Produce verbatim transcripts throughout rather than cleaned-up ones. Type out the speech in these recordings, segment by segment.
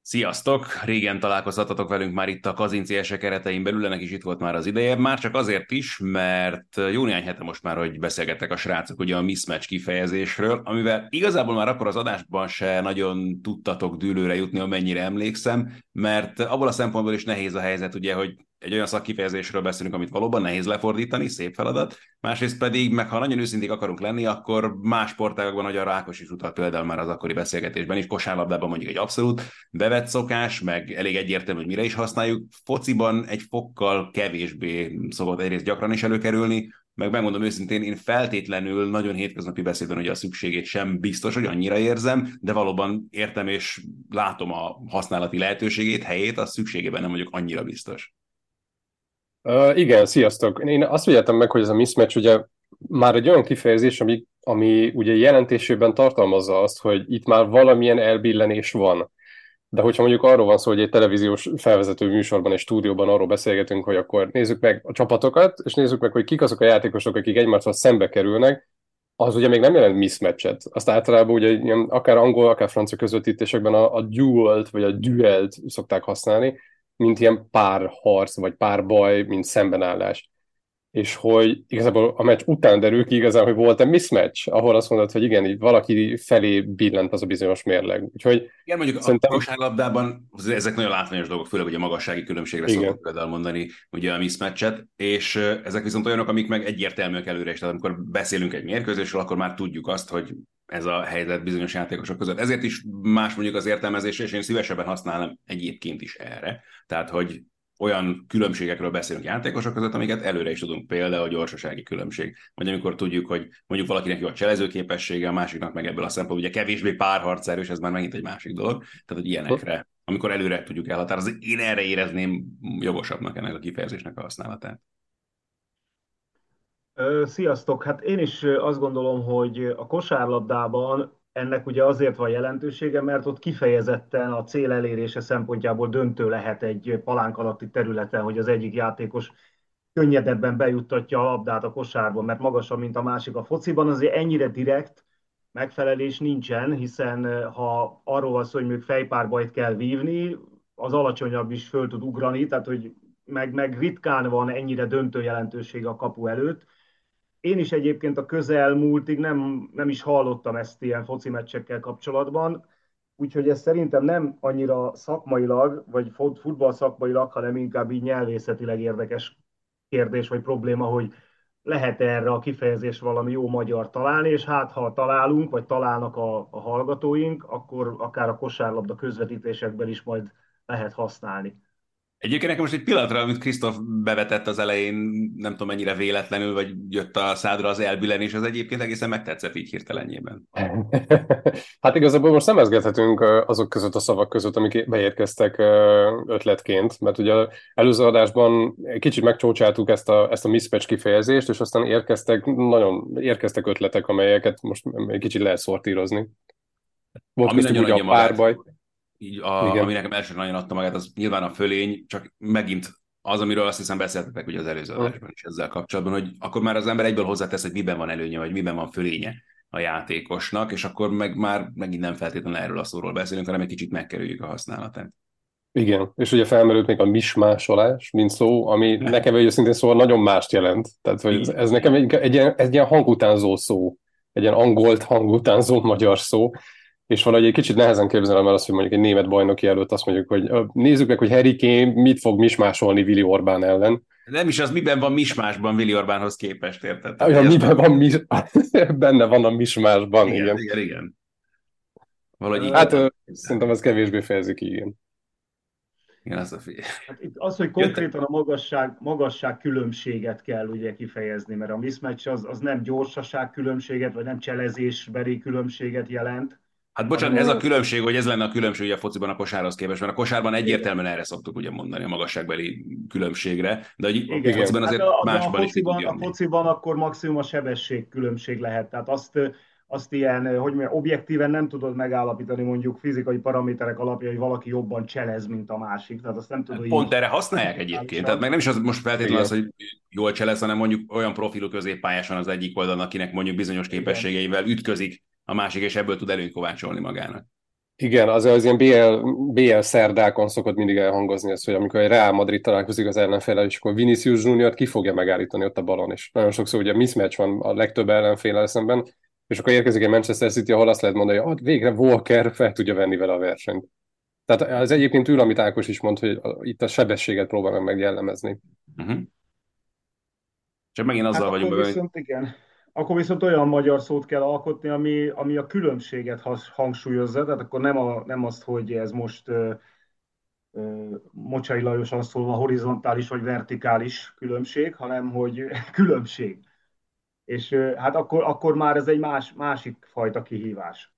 Sziasztok! Régen találkozhatatok velünk már itt a Kazinci keretein belül, ennek is itt volt már az ideje, már csak azért is, mert jó néhány hete most már, hogy beszélgettek a srácok ugye a mismatch kifejezésről, amivel igazából már akkor az adásban se nagyon tudtatok dűlőre jutni, amennyire emlékszem, mert abból a szempontból is nehéz a helyzet, ugye, hogy egy olyan szakkifejezésről beszélünk, amit valóban nehéz lefordítani, szép feladat, másrészt pedig, meg ha nagyon őszinték akarunk lenni, akkor más sportágokban, hogy a Rákos is utalt például már az akkori beszélgetésben is, kosárlabdában mondjuk egy abszolút bevett szokás, meg elég egyértelmű, hogy mire is használjuk. Fociban egy fokkal kevésbé szokott egyrészt gyakran is előkerülni, meg megmondom őszintén, én feltétlenül nagyon hétköznapi beszédben ugye a szükségét sem biztos, hogy annyira érzem, de valóban értem és látom a használati lehetőségét, helyét, a szükségében nem vagyok annyira biztos. Uh, igen, sziasztok! Én azt figyeltem meg, hogy ez a mismatch ugye már egy olyan kifejezés, ami, ami ugye jelentésében tartalmazza azt, hogy itt már valamilyen elbillenés van. De hogyha mondjuk arról van szó, hogy egy televíziós felvezető műsorban és stúdióban arról beszélgetünk, hogy akkor nézzük meg a csapatokat, és nézzük meg, hogy kik azok a játékosok, akik egymással szembe kerülnek, az ugye még nem jelent mismatchet. Azt általában ugye ilyen, akár angol, akár francia közvetítésekben a, a duelt, vagy a duelt szokták használni, mint ilyen párharc, vagy párbaj, mint szembenállás. És hogy igazából a meccs után derül ki igazán, hogy volt egy mismatch, ahol azt mondod, hogy igen, így valaki felé billent az a bizonyos mérleg. Úgyhogy Igen, mondjuk a szerintem kosárlabdában ezek nagyon látványos dolgok, főleg ugye a magassági különbségre szokott igen. például mondani ugye a mismatchet, és ezek viszont olyanok, amik meg egyértelműek előre is, tehát amikor beszélünk egy mérkőzésről, akkor már tudjuk azt, hogy ez a helyzet bizonyos játékosok között. Ezért is más mondjuk az értelmezés, és én szívesebben használom egyébként is erre. Tehát, hogy olyan különbségekről beszélünk játékosok között, amiket előre is tudunk, például a gyorsasági különbség. Vagy amikor tudjuk, hogy mondjuk valakinek jó a cselező képessége, a másiknak meg ebből a szempontból ugye kevésbé párharcerős, ez már megint egy másik dolog. Tehát, hogy ilyenekre, amikor előre tudjuk elhatározni, én erre érezném jogosabbnak ennek a kifejezésnek a használatát. Ö, Sziasztok! Hát én is ö, azt gondolom, hogy a kosárlabdában ennek ugye azért van jelentősége, mert ott kifejezetten a cél elérése szempontjából döntő lehet egy palánk alatti területen, hogy az egyik játékos könnyedebben bejuttatja a labdát a kosárba, mert magasabb, mint a másik. A fociban azért ennyire direkt megfelelés nincsen, hiszen ö, ha arról van szó, hogy még fejpárbajt kell vívni, az alacsonyabb is föl tud ugrani, tehát hogy meg, meg ritkán van ennyire döntő jelentősége a kapu előtt. Én is egyébként a közelmúltig nem, nem is hallottam ezt ilyen foci meccsekkel kapcsolatban, úgyhogy ez szerintem nem annyira szakmailag, vagy futball szakmailag, hanem inkább így nyelvészetileg érdekes kérdés vagy probléma, hogy lehet erre a kifejezés valami jó magyar találni, és hát ha találunk, vagy találnak a, a hallgatóink, akkor akár a kosárlabda közvetítésekben is majd lehet használni. Egyébként nekem most egy pillanatra, amit Krisztof bevetett az elején, nem tudom mennyire véletlenül, vagy jött a szádra az elbillenés, az egyébként egészen megtetszett így hirtelenjében. Hát igazából most szemezgethetünk azok között a szavak között, amik beérkeztek ötletként, mert ugye előző adásban egy kicsit megcsócsáltuk ezt a, ezt a mismatch kifejezést, és aztán érkeztek, nagyon érkeztek ötletek, amelyeket most egy kicsit lehet szortírozni. Volt Ami köztük nagyon ugye adja a magát, párbaj, így a, ami igen. nekem elsőre nagyon adta magát, az nyilván a fölény, csak megint az, amiről azt hiszem beszéltetek ugye az előző adásban is ezzel kapcsolatban, hogy akkor már az ember egyből hozzátesz, hogy miben van előnye, vagy miben van fölénye a játékosnak, és akkor meg már megint nem feltétlenül erről a szóról beszélünk, hanem egy kicsit megkerüljük a használatát. Igen, és ugye felmerült még a mismásolás, mint szó, ami nekem őszintén szóval nagyon mást jelent. Tehát, hogy ez, Így, ez nekem így. egy, egy, ilyen, egy ilyen hangutánzó szó, egy ilyen angolt hangutánzó magyar szó, és valahogy egy kicsit nehezen képzelem el azt, hogy mondjuk egy német bajnoki előtt azt mondjuk, hogy ö, nézzük meg, hogy Harry Kane mit fog mismásolni Willi Orbán ellen. Nem is az, miben van mismásban Willi Orbánhoz képest, érted? Tehát, hogy Olyan ez miben már... van mis... benne van a mismásban, Igen, igen. igen, igen. Valahogy így Hát tudtam ö, szerintem képzelni. ez kevésbé fejezik ki, igen. Igen, az a fi... Hát itt az, hogy Jött, konkrétan a magasság, magasság különbséget kell ugye kifejezni, mert a mismatch az, az nem gyorsaság különbséget, vagy nem cselezésbeli különbséget jelent, Hát bocsánat, hanem ez a a, különbség, hogy ez lenne a különbség ugye a fociban a kosárhoz képest, mert a kosárban igen, egyértelműen erre szoktuk ugye mondani a magasságbeli különbségre, de hogy a igen. Igen. fociban Hát azért a, de a másban is ki tud fociban, a jönni. fociban akkor maximum a sebesség különbség lehet. Tehát azt, azt ilyen, hogy mondjam, objektíven nem tudod megállapítani mondjuk fizikai paraméterek alapján, hogy valaki jobban cselez, mint a másik. Tehát azt nem tudod Pont így erre használják egyébként. Tehát digitálisan. meg nem is az most feltétlenül az, Igen. hogy jól cselez, hanem mondjuk olyan profilú középpályás van az egyik oldalon, akinek mondjuk bizonyos Igen. képességeivel ütközik a másik, és ebből tud előnyt kovácsolni magának. Igen, az, az ilyen bé el, bé el szerdákon szokott mindig elhangozni ez, hogy amikor egy Real Madrid találkozik az ellenféllel, és akkor Vinicius Junior ki fogja megállítani ott a balon, és nagyon sokszor ugye mismatch van a legtöbb ellenféllel szemben, és akkor érkezik egy Manchester City, ahol azt lehet mondani, hogy ah, végre Walker fel tudja venni vele a versenyt. Tehát az egyébként ül, amit Ákos is mond, hogy itt a sebességet próbálnak meg jellemezni. Uh-huh. Csak megint Hát azzal vagyunk akkor benne, hogy viszont igen. Akkor viszont olyan magyar szót kell alkotni, ami, ami a különbséget has, hangsúlyozza. Tehát akkor nem, a, nem azt, hogy ez most ö, ö, Mocsai Lajosan szólva horizontális vagy vertikális különbség, hanem hogy különbség. És ö, hát akkor, akkor már ez egy más, másik fajta kihívás.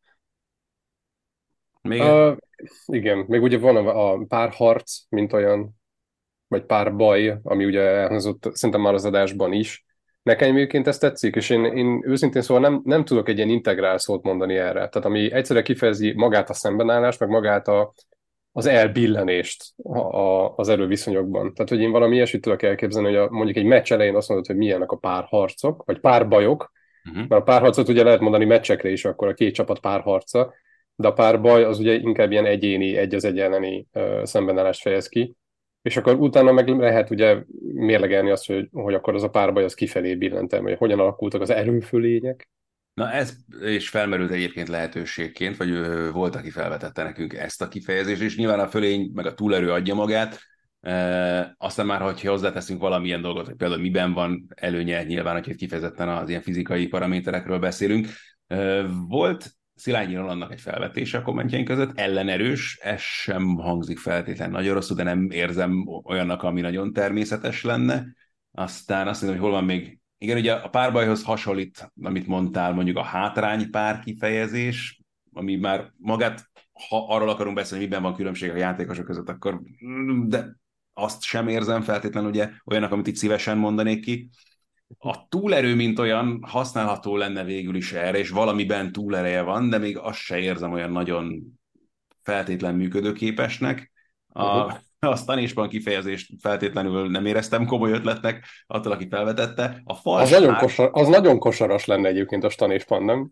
még Uh, igen, még ugye van a, a párharc, mint olyan, vagy pár baj, ami ugye elhangzott szerintem már az adásban is. Nekem egyébként ez tetszik, és én, én őszintén szóval nem, nem tudok egy ilyen integrál szót mondani erre. Tehát ami egyszerre kifejezi magát a szembenállást, meg magát a, az elbillenést a, a, az erőviszonyokban. Tehát, hogy én valami ilyesmit tudok elképzelni, hogy a, mondjuk egy meccs elején azt mondod, hogy milyenek a párharcok, vagy párbajok, uh-huh. mert a párharcot ugye lehet mondani meccsekre is, akkor a két csapat párharca, de a párbaj az ugye inkább ilyen egyéni, egy az egy elleni ö, szembenállást fejez ki, és akkor utána meg lehet ugye mérlegelni azt, hogy, hogy akkor az a párbaj az kifelé billentem, hogy hogyan alakultak az erőfölények. Na ez is felmerült egyébként lehetőségként, vagy ö, volt, aki felvetette nekünk ezt a kifejezést, és nyilván a fölény meg a túlerő adja magát, e, aztán már, hogyha hozzáteszünk valamilyen dolgot, hogy például miben van előnye, nyilván, hogy kifejezetten az ilyen fizikai paraméterekről beszélünk. E, volt Szilágyi Rolandnak egy felvetése a kommentjeink között, ellenerős, ez sem hangzik feltétlenül nagyon rosszul, de nem érzem olyannak, ami nagyon természetes lenne. Aztán azt mondom, hogy hol van még. Igen, ugye a párbajhoz hasonlít, amit mondtál, mondjuk a hátránypár kifejezés, ami már magát, ha arról akarunk beszélni, miben van különbség a játékosok között, akkor de azt sem érzem feltétlenül ugye olyanak, amit itt szívesen mondanék ki. A túlerő, mint olyan, használható lenne végül is erre, és valamiben túlereje van, de még azt se érzem olyan nagyon feltétlen működőképesnek. A, Uh-huh. a tanésban kifejezést feltétlenül nem éreztem komoly ötletnek, attól, aki felvetette. A Az nagyon, falspár... kosar, az nagyon kosaras lenne egyébként a stanéspan, nem?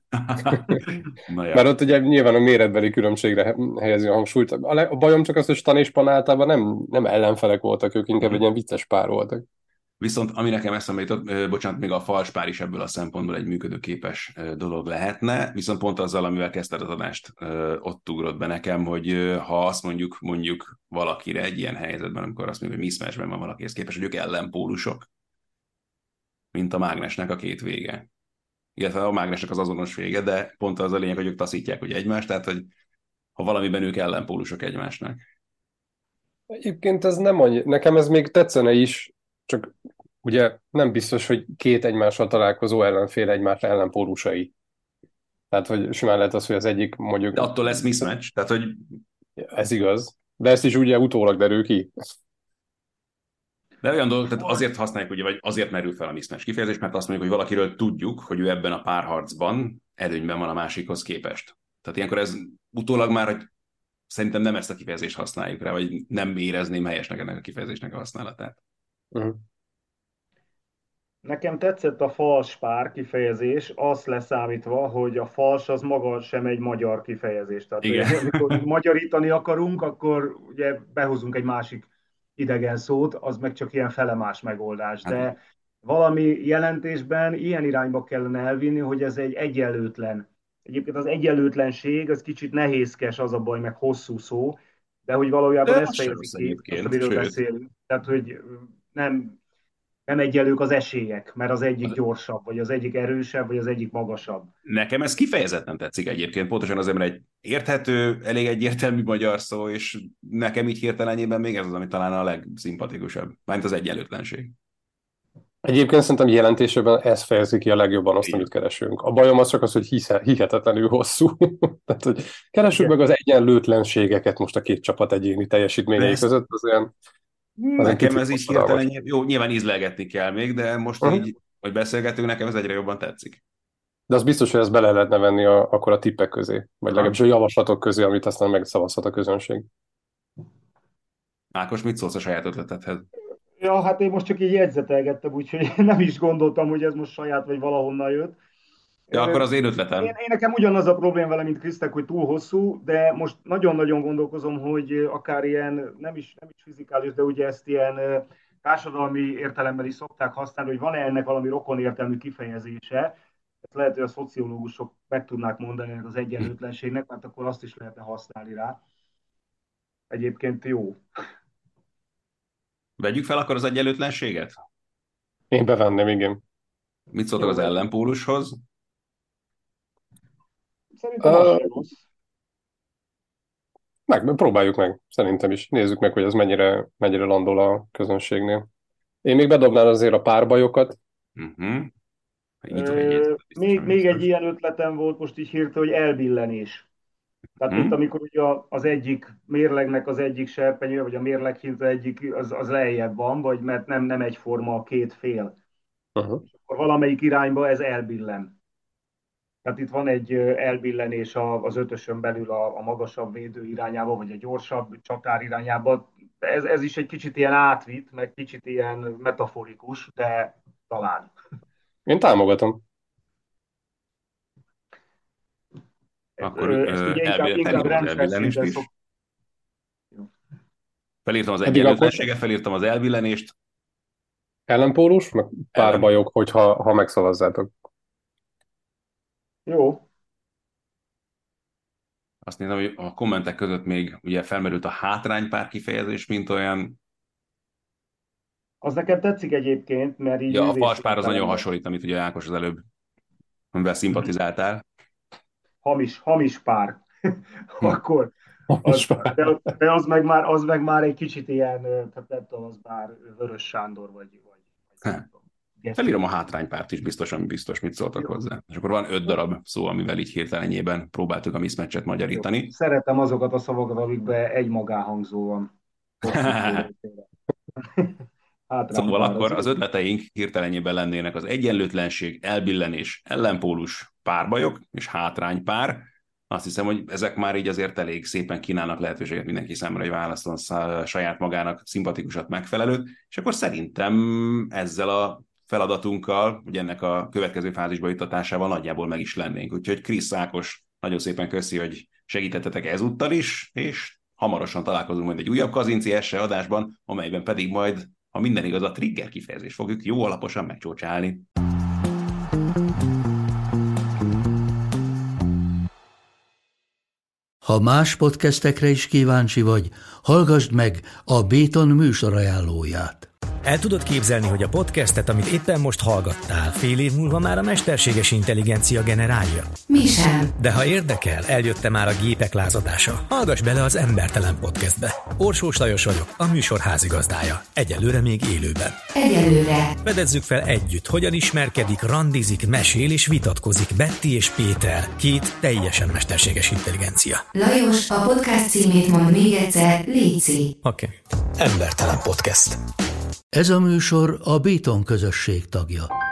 Na Mert ja. ott ugye nyilván a méretbeli különbségre helyezi a hangsúlyt. A, le- a bajom csak az, hogy stanéspan általában nem, nem ellenfelek voltak, ők inkább egy ilyen vicces pár voltak. Viszont ami nekem eszembe jutott, ö, bocsánat, még a falspár is ebből a szempontból egy működőképes ö, dolog lehetne, viszont pont azzal, amivel kezdted az adást, ö, ott ugrott be nekem, hogy ö, ha azt mondjuk, mondjuk valakire egy ilyen helyzetben, amikor azt mondjuk, hogy mismatchben van valakihez képest, hogy ők ellenpólusok, mint a mágnesnek a két vége. Illetve a mágnesnek az azonos vége, de pont az a lényeg, hogy ők taszítják ugye egymást, tehát hogy ha valamiben ők ellenpólusok egymásnak. Egyébként ez nem annyi, nekem ez még tetszene is, csak ugye nem biztos, hogy két egymással találkozó ellenfél egymás ellenpólusai. Tehát, hogy simán lehet az, hogy az egyik De mondjuk, attól lesz mismatch, tehát hogy ez igaz, de ezt is ugye utólag derül ki. de olyan dolog, tehát azért használjuk, ugye, vagy azért merül fel a mismatch kifejezés, mert azt mondjuk, hogy valakiről tudjuk, hogy ő ebben a párharcban előnyben van a másikhoz képest. Tehát ilyenkor ez utólag már, hogy szerintem nem ezt a kifejezést használjuk rá, vagy nem érezném helyesnek ennek a kifejezésnek a használatát. Uh-huh. Nekem tetszett a fals pár kifejezés, azt leszámítva, hogy a fals az maga sem egy magyar kifejezés. Tehát, hogy Igen. amikor magyarítani akarunk, akkor ugye behozunk egy másik idegen szót, az meg csak ilyen felemás megoldás. Hát, De valami jelentésben ilyen irányba kellene elvinni, hogy ez egy egyenlőtlen. Egyébként az egyenlőtlenség, az kicsit nehézkes, az a baj, meg hosszú szó, de hogy de valójában ez az se fejezi rossz ki azt, egyébként, amiről sőt, beszélünk. Tehát, hogy nem nem egyenlők az esélyek, mert az egyik gyorsabb, vagy az egyik erősebb, vagy az egyik magasabb. nekem ez kifejezetten tetszik egyébként, pontosan azért, mert egy érthető, elég egyértelmű magyar szó, és nekem így hirtelenjében még ez az, ami talán a legszimpatikusabb. Mármint az egyenlőtlenség. Egyébként szerintem jelentésében ez fejezi ki a legjobban azt, amit Igen. keresünk. A bajom az csak az, hogy hisze, hihetetlenül hosszú. Tehát, hogy keressük meg Igen. az egyenlőtlenségeket most a két csapat egyéni De teljesítményei ezt között, az olyan, az egy nekem picit ez így hosszadalmas. hirtelen, jó, nyilván ízlelgetni kell még, de most Uh-huh. így, hogy beszélgetünk, nekem ez egyre jobban tetszik. De az biztos, hogy ezt bele lehetne venni a, akkor a tippek közé, vagy Aha. legalábbis a javaslatok közé, amit aztán megszavazhat a közönség. Ákos, mit szólsz a saját ötletedhez? Ja, hát én most csak így jegyzetelgettem, úgyhogy nem is gondoltam, hogy ez most saját vagy valahonnan jött. De akkor az én ötletem. Én, én nekem ugyanaz a probléma vele, mint Krisztek, hogy túl hosszú, de most nagyon-nagyon gondolkozom, hogy akár ilyen, nem is, nem is fizikális, de ugye ezt ilyen társadalmi értelemmel is szokták használni, hogy van-e ennek valami rokon értelmű kifejezése. Ezt lehet, hogy a szociológusok meg tudnák mondani ennek az egyenlőtlenségnek, mert akkor azt is lehetne használni rá. Egyébként jó. Vegyük fel akkor az egyenlőtlenséget? Én bevenném, igen. Mit szóltak az ellenpólushoz? Szerintem az sem rossz. Meg, próbáljuk meg, szerintem is. Nézzük meg, hogy ez mennyire, mennyire landol a közönségnél. Én még bedobnám azért a párbajokat. Uh-huh. Ö, még, még egy ilyen ötletem volt most így hirtelen, hogy elbillenés. Tehát hmm. itt, amikor ugye az egyik mérlegnek az egyik serpenyő, vagy a mérleghint egyik, az, az lejjebb van, vagy mert nem, nem egyforma a két fél. Uh-huh. És akkor valamelyik irányba ez elbillen. Tehát itt van egy elbillenés az ötösön belül a, a magasabb védő irányába, vagy a gyorsabb csatár irányába. Ez, ez is egy kicsit ilyen átvitt, meg kicsit ilyen metaforikus, de talán. Én támogatom. Akkor ezt ugye inkább, inkább rendszer szinten szok... Felírtam az egyenlőtlenséget, felírtam az elbillenést. Ellenpólus, meg párbajok, hogyha ha megszavazzátok. Jó. Azt nézem, hogy a kommentek között még ugye felmerült a hátránypár kifejezés, mint olyan. Az nekem tetszik egyébként, mert így... Ja, a falspár az nagyon hasonlít, amit ugye Ákos az előbb, amivel szimpatizáltál. Hamis, hamis pár. Akkor... Az, de, de az, meg már, az meg már egy kicsit ilyen, tehát nem tudom, az már Vörös Sándor, vagy... vagy Felírom a hátránypárt is, biztos, ami biztos, mit szóltak jó hozzá. És akkor van öt darab szó, amivel így hirtelenjében próbáltuk a mismatchet magyarítani. Jó. Szeretem azokat a szavakat, amikben egy magánhangzó van. Szóval akkor az ötleteink hirtelenjében lennének az egyenlőtlenség, elbillenés, ellenpólus, párbajok és hátránypár. Azt hiszem, hogy ezek már így azért elég szépen kínálnak lehetőséget mindenki számára, hogy válaszol saját magának szimpatikusat, megfelelőt, és akkor szerintem ezzel a feladatunkkal, ugye ennek a következő fázisba juttatásával nagyjából meg is lennénk. Úgyhogy Krisz, Ákos, nagyon szépen köszi, hogy segítettetek ezúttal is, és hamarosan találkozunk majd egy újabb Kazinci es e adásban, amelyben pedig majd, ha minden igaz, a trigger kifejezést fogjuk jó alaposan megcsócsálni. Ha más podcastekre is kíváncsi vagy, hallgassd meg a Béton műsor ajánlóját. El tudod képzelni, hogy a podcastet, amit éppen most hallgattál, fél év múlva már a mesterséges intelligencia generálja? Mi sem. De ha érdekel, eljött már a gépek lázadása. Hallgass bele az Embertelen Podcastbe. Orsós Lajos vagyok, a műsor házigazdája. Egyelőre még élőben. Egyelőre. Fedezzük fel együtt, hogyan ismerkedik, randizik, mesél és vitatkozik Betty és Péter, két teljesen mesterséges intelligencia. Lajos, a podcast címét mond még egyszer, léci. Oké. Okay. Embertelen Podcast. Ez a műsor a Béton közösség tagja.